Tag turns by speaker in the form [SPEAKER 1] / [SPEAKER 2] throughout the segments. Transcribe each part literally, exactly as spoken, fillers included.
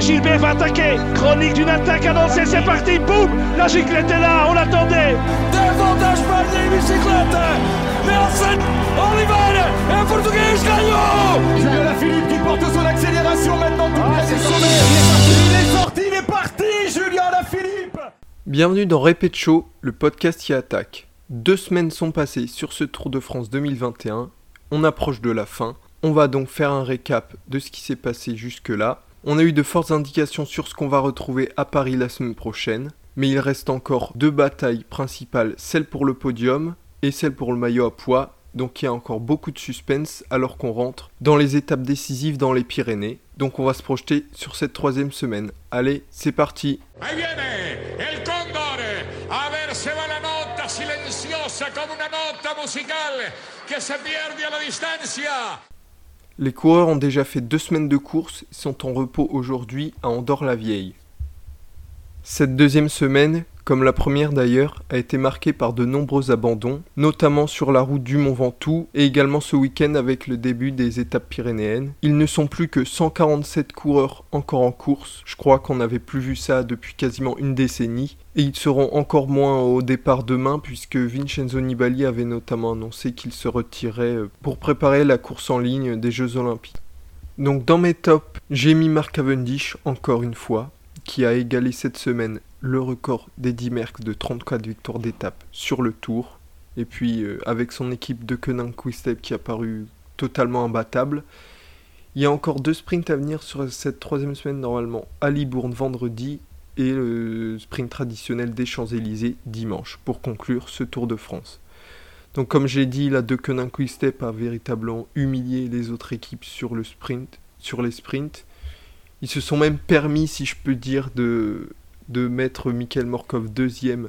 [SPEAKER 1] Gilbert va attaquer. Chronique d'une attaque annoncée, c'est parti, boum. La giclette est là, on l'attendait.
[SPEAKER 2] Dévoltage par les bicyclettes. Nelson Oliveira et Portugais gagnant.
[SPEAKER 3] Julien Alaphilippe qui porte son accélération maintenant tout près du sommet. Il est sorti, il est sorti, il est parti, Julien Alaphilippe.
[SPEAKER 4] Bienvenue dans Répète Show, le podcast qui attaque. Deux semaines sont passées sur ce Tour de France deux mille vingt et un. On approche de la fin. On va donc faire un récap de ce qui s'est passé jusque-là. On a eu de fortes indications sur ce qu'on va retrouver à Paris la semaine prochaine. Mais il reste encore deux batailles principales, celle pour le podium et celle pour le maillot à pois. Donc il y a encore beaucoup de suspense alors qu'on rentre dans les étapes décisives dans les Pyrénées. Donc on va se projeter sur cette troisième semaine. Allez, c'est parti.
[SPEAKER 5] Ahí viene el cóndor, a ver se va la nota silenciosa como una nota musical que se pierde a la distancia.
[SPEAKER 4] Les coureurs ont déjà fait deux semaines de course et sont en repos aujourd'hui à Andorre-la-Vieille. Cette deuxième semaine, comme la première d'ailleurs, a été marquée par de nombreux abandons, notamment sur la route du Mont Ventoux et également ce week-end avec le début des étapes pyrénéennes. Ils ne sont plus que cent quarante-sept coureurs encore en course, je crois qu'on n'avait plus vu ça depuis quasiment une décennie, et ils seront encore moins au départ demain puisque Vincenzo Nibali avait notamment annoncé qu'il se retirait pour préparer la course en ligne des Jeux Olympiques. Donc dans mes tops, j'ai mis Mark Cavendish encore une fois, qui a égalé cette semaine le record d'Eddy Merckx de trente-quatre victoires d'étape sur le Tour. Et puis euh, avec son équipe de Koenig Quick-Step qui a paru totalement imbattable. Il y a encore deux sprints à venir sur cette troisième semaine normalement. À Libourne vendredi et le sprint traditionnel des Champs-Élysées dimanche pour conclure ce Tour de France. Donc comme j'ai dit, la de Koenig Quick-Step a véritablement humilié les autres équipes sur le sprint, sur les sprints. Ils se sont même permis, si je peux dire, de, de mettre Mikhail Morkov deuxième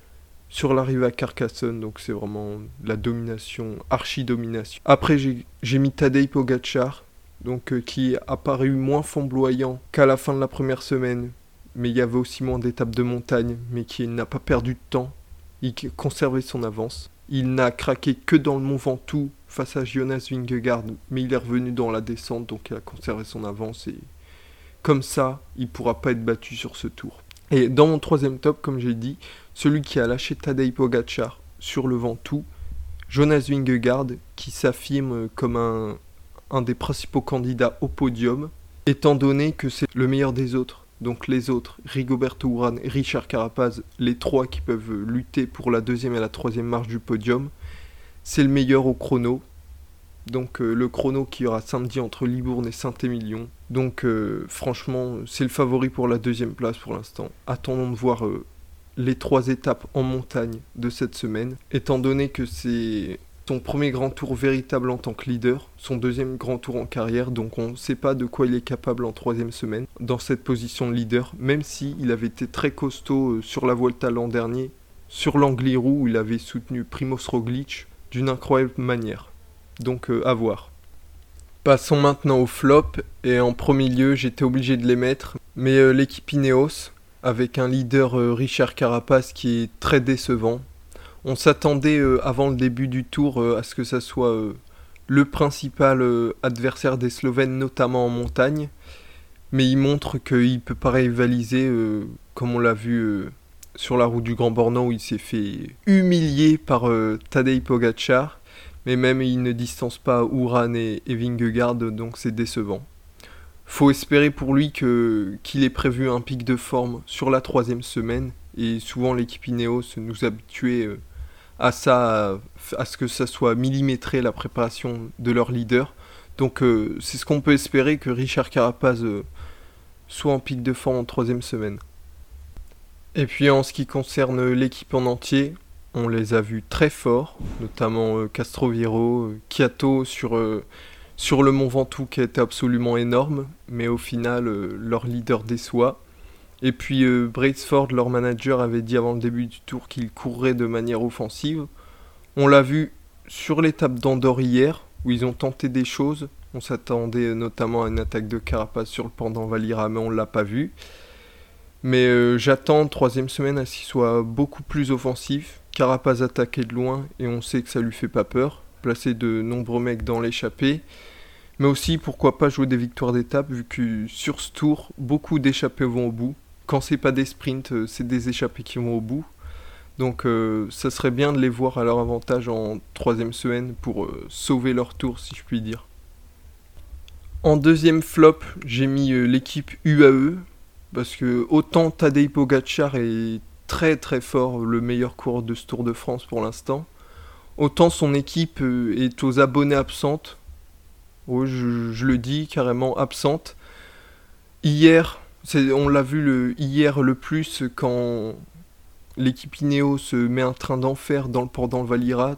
[SPEAKER 4] sur l'arrivée à Carcassonne. Donc c'est vraiment la domination, archi-domination. Après, j'ai, j'ai mis Tadej Pogačar, donc, euh, qui a paru moins flamboyant qu'à la fin de la première semaine. Mais il y avait aussi moins d'étapes de montagne, mais qui n'a pas perdu de temps. Il conservait son avance. Il n'a craqué que dans le Mont Ventoux face à Jonas Vingegaard, mais il est revenu dans la descente, donc il a conservé son avance et... Comme ça, il ne pourra pas être battu sur ce tour. Et dans mon troisième top, comme j'ai dit, celui qui a lâché Tadej Pogačar sur le Ventoux, Jonas Vingegaard, qui s'affirme comme un, un des principaux candidats au podium, étant donné que c'est le meilleur des autres. Donc les autres, Rigoberto Urán et Richard Carapaz, les trois qui peuvent lutter pour la deuxième et la troisième marche du podium, c'est le meilleur au chrono. Donc euh, le chrono qui aura samedi entre Libourne et Saint-Émilion. Donc euh, franchement, c'est le favori pour la deuxième place pour l'instant. Attendons de voir euh, les trois étapes en montagne de cette semaine. Étant donné que c'est son premier grand tour véritable en tant que leader, son deuxième grand tour en carrière, donc on ne sait pas de quoi il est capable en troisième semaine dans cette position de leader, même si il avait été très costaud euh, sur la Vuelta l'an dernier, sur l'Angliru où il avait soutenu Primož Roglič d'une incroyable manière. Donc euh, à voir. Passons maintenant au flop, et en premier lieu j'étais obligé de les mettre, mais euh, l'équipe Ineos, avec un leader euh, Richard Carapaz qui est très décevant. On s'attendait euh, avant le début du tour euh, à ce que ça soit euh, le principal euh, adversaire des Slovènes, notamment en montagne, mais il montre qu'il ne peut pas rivaliser, euh, comme on l'a vu euh, sur la route du Grand Bornand où il s'est fait humilier par euh, Tadej Pogačar. Mais même il ne distance pas Urán et, et Vingegaard, donc c'est décevant. Faut espérer pour lui que, qu'il ait prévu un pic de forme sur la troisième semaine, et souvent l'équipe Ineos nous habituait à ça, à, à ce que ça soit millimétré la préparation de leur leader. Donc euh, c'est ce qu'on peut espérer, que Richard Carapaz euh, soit en pic de forme en troisième semaine. Et puis en ce qui concerne l'équipe en entier, on les a vus très forts, notamment euh, Castroviejo, euh, Kiato sur, euh, sur le Mont Ventoux qui a été absolument énorme, mais au final euh, leur leader déçoit. Et puis euh, Brailsford, leur manager, avait dit avant le début du tour qu'il courrait de manière offensive. On l'a vu sur l'étape d'Andorre hier, où ils ont tenté des choses. On s'attendait notamment à une attaque de Carapaz sur le pendant Valira, mais on ne l'a pas vu. Mais euh, j'attends troisième semaine à ce qu'il soit beaucoup plus offensif. Carapaz attaqué de loin et on sait que ça lui fait pas peur. Placer de nombreux mecs dans l'échappée. Mais aussi, pourquoi pas jouer des victoires d'étape, vu que sur ce tour, beaucoup d'échappées vont au bout. Quand c'est pas des sprints, c'est des échappées qui vont au bout. Donc euh, ça serait bien de les voir à leur avantage en troisième semaine pour euh, sauver leur tour, si je puis dire. En deuxième flop, j'ai mis euh, l'équipe U A E, parce que autant Tadej Pogačar est très très fort, le meilleur coureur de ce Tour de France pour l'instant, autant son équipe euh, est aux abonnés absentes. Oui, je, je le dis, carrément absente. Hier, c'est, on l'a vu le, hier le plus quand l'équipe Ineos met un train d'enfer dans le port d'Envalira.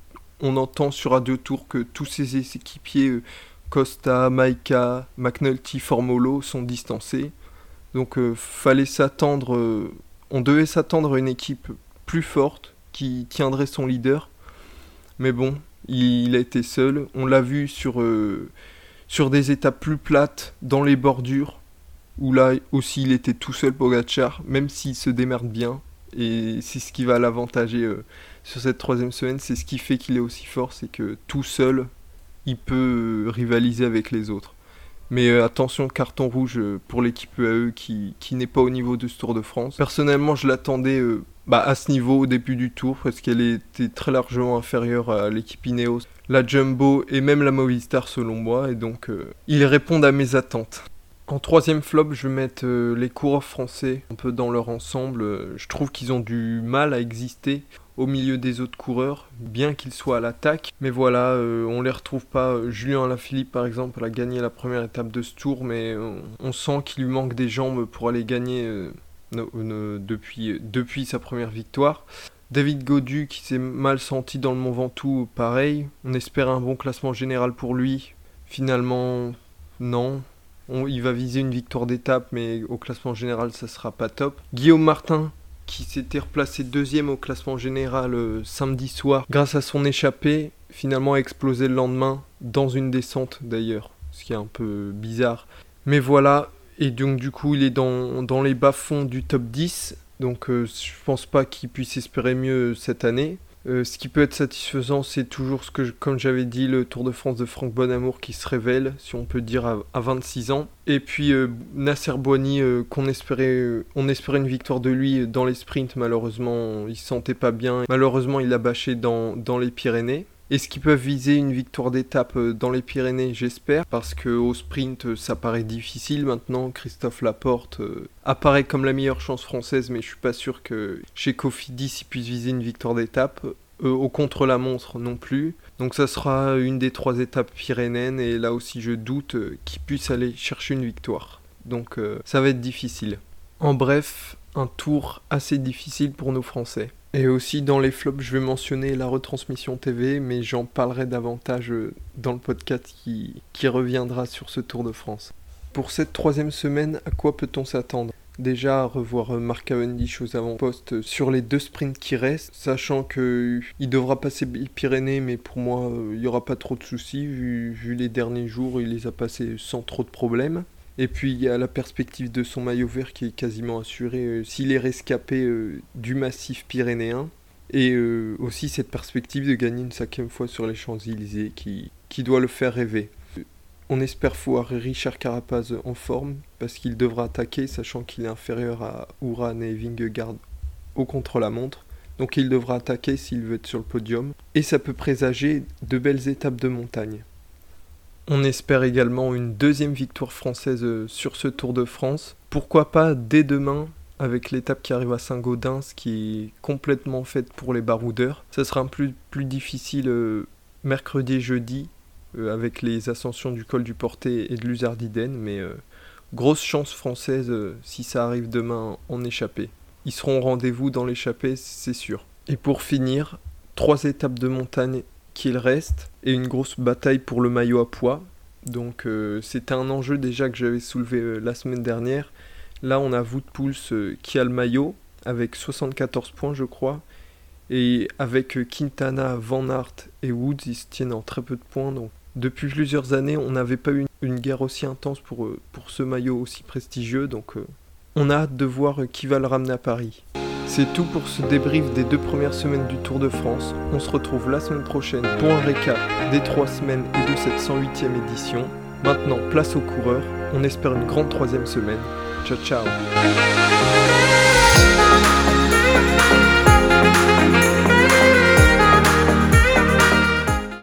[SPEAKER 4] On entend sur Radio Tour que tous ses équipiers, euh, Costa, Maika, McNulty, Formolo, sont distancés. Donc euh, fallait s'attendre, euh, on devait s'attendre à une équipe plus forte qui tiendrait son leader. Mais bon, il a été seul. On l'a vu sur, euh, sur des étapes plus plates, dans les bordures, où là aussi il était tout seul, Pogačar, même s'il se démerde bien. Et c'est ce qui va l'avantager euh, sur cette troisième semaine. C'est ce qui fait qu'il est aussi fort, c'est que tout seul, il peut euh, rivaliser avec les autres. Mais euh, attention, carton rouge euh, pour l'équipe U A E qui, qui n'est pas au niveau de ce Tour de France. Personnellement, je l'attendais... Euh, Bah, à ce niveau au début du tour, parce qu'elle était très largement inférieure à l'équipe Ineos, la Jumbo et même la Movistar selon moi, et donc euh, ils répondent à mes attentes. En troisième flop, je vais mettre euh, les coureurs français un peu dans leur ensemble. Euh, je trouve qu'ils ont du mal à exister au milieu des autres coureurs, bien qu'ils soient à l'attaque. Mais voilà, euh, on les retrouve pas. Julien Alaphilippe par exemple a gagné la première étape de ce tour, mais euh, on sent qu'il lui manque des jambes pour aller gagner... Euh, No, no, depuis, depuis sa première victoire. David Gaudu qui s'est mal senti dans le Mont Ventoux, pareil. On espère un bon classement général pour lui. Finalement, non. On, il va viser une victoire d'étape, mais au classement général, ça sera pas top. Guillaume Martin qui s'était replacé deuxième au classement général euh, samedi soir grâce à son échappée, finalement a explosé le lendemain, dans une descente d'ailleurs, ce qui est un peu bizarre. Mais voilà. Et donc du coup il est dans, dans les bas-fonds du top dix, donc euh, je pense pas qu'il puisse espérer mieux cette année. Euh, ce qui peut être satisfaisant, c'est toujours ce que, je, comme j'avais dit, le Tour de France de Franck Bonamour qui se révèle, si on peut dire, à, à vingt-six ans. Et puis euh, Nasser Boigny, euh, qu'on espérait, euh, on espérait une victoire de lui dans les sprints, malheureusement il se sentait pas bien. Malheureusement il a bâché dans, dans les Pyrénées. Est-ce qu'ils peuvent viser une victoire d'étape dans les Pyrénées? J'espère, parce qu'au sprint, ça paraît difficile maintenant. Christophe Laporte euh, apparaît comme la meilleure chance française, mais je suis pas sûr que chez Cofidis, il puisse viser une victoire d'étape. Euh, au contre-la-montre non plus. Donc ça sera une des trois étapes pyrénéennes, et là aussi je doute euh, qu'ils puissent aller chercher une victoire. Donc euh, ça va être difficile. En bref, un tour assez difficile pour nos Français. Et aussi dans les flops, je vais mentionner la retransmission T V, mais j'en parlerai davantage dans le podcast qui, qui reviendra sur ce Tour de France. Pour cette troisième semaine, à quoi peut-on s'attendre? Déjà à revoir Mark Cavendish aux avant-postes sur les deux sprints qui restent, sachant qu'il devra passer les Pyrénées, mais pour moi, il n'y aura pas trop de soucis, vu, vu les derniers jours, il les a passés sans trop de problèmes. Et puis il y a la perspective de son maillot vert qui est quasiment assuré euh, s'il est rescapé euh, du massif pyrénéen. Et euh, aussi cette perspective de gagner une cinquième fois sur les Champs-Élysées qui, qui doit le faire rêver. On espère voir Richard Carapaz en forme parce qu'il devra attaquer, sachant qu'il est inférieur à Uran et Vingegaard au contre-la-montre. Donc il devra attaquer s'il veut être sur le podium. Et ça peut présager de belles étapes de montagne. On espère également une deuxième victoire française sur ce Tour de France. Pourquoi pas dès demain avec l'étape qui arrive à Saint-Gaudens qui est complètement faite pour les baroudeurs. Ça sera un peu plus, plus difficile euh, mercredi et jeudi euh, avec les ascensions du col du Portet et de l'Uzardiden, mais euh, grosse chance française euh, si ça arrive demain en échappée. Ils seront au rendez-vous dans l'échappée, c'est sûr. Et pour finir, trois étapes de montagne qu'il reste, et une grosse bataille pour le maillot à pois. Donc euh, c'était un enjeu déjà que j'avais soulevé euh, la semaine dernière. Là on a Wout Poels euh, qui a le maillot, avec soixante-quatorze points je crois, et avec euh, Quintana, Van Aert et Woods, ils se tiennent en très peu de points. Donc depuis plusieurs années on n'avait pas eu une, une guerre aussi intense pour, euh, pour ce maillot aussi prestigieux, donc euh, on a hâte de voir euh, qui va le ramener à Paris. C'est tout pour ce débrief des deux premières semaines du Tour de France. On se retrouve la semaine prochaine pour un récap des trois semaines et de cette cent huitième édition. Maintenant, place aux coureurs, on espère une grande troisième semaine. Ciao ciao.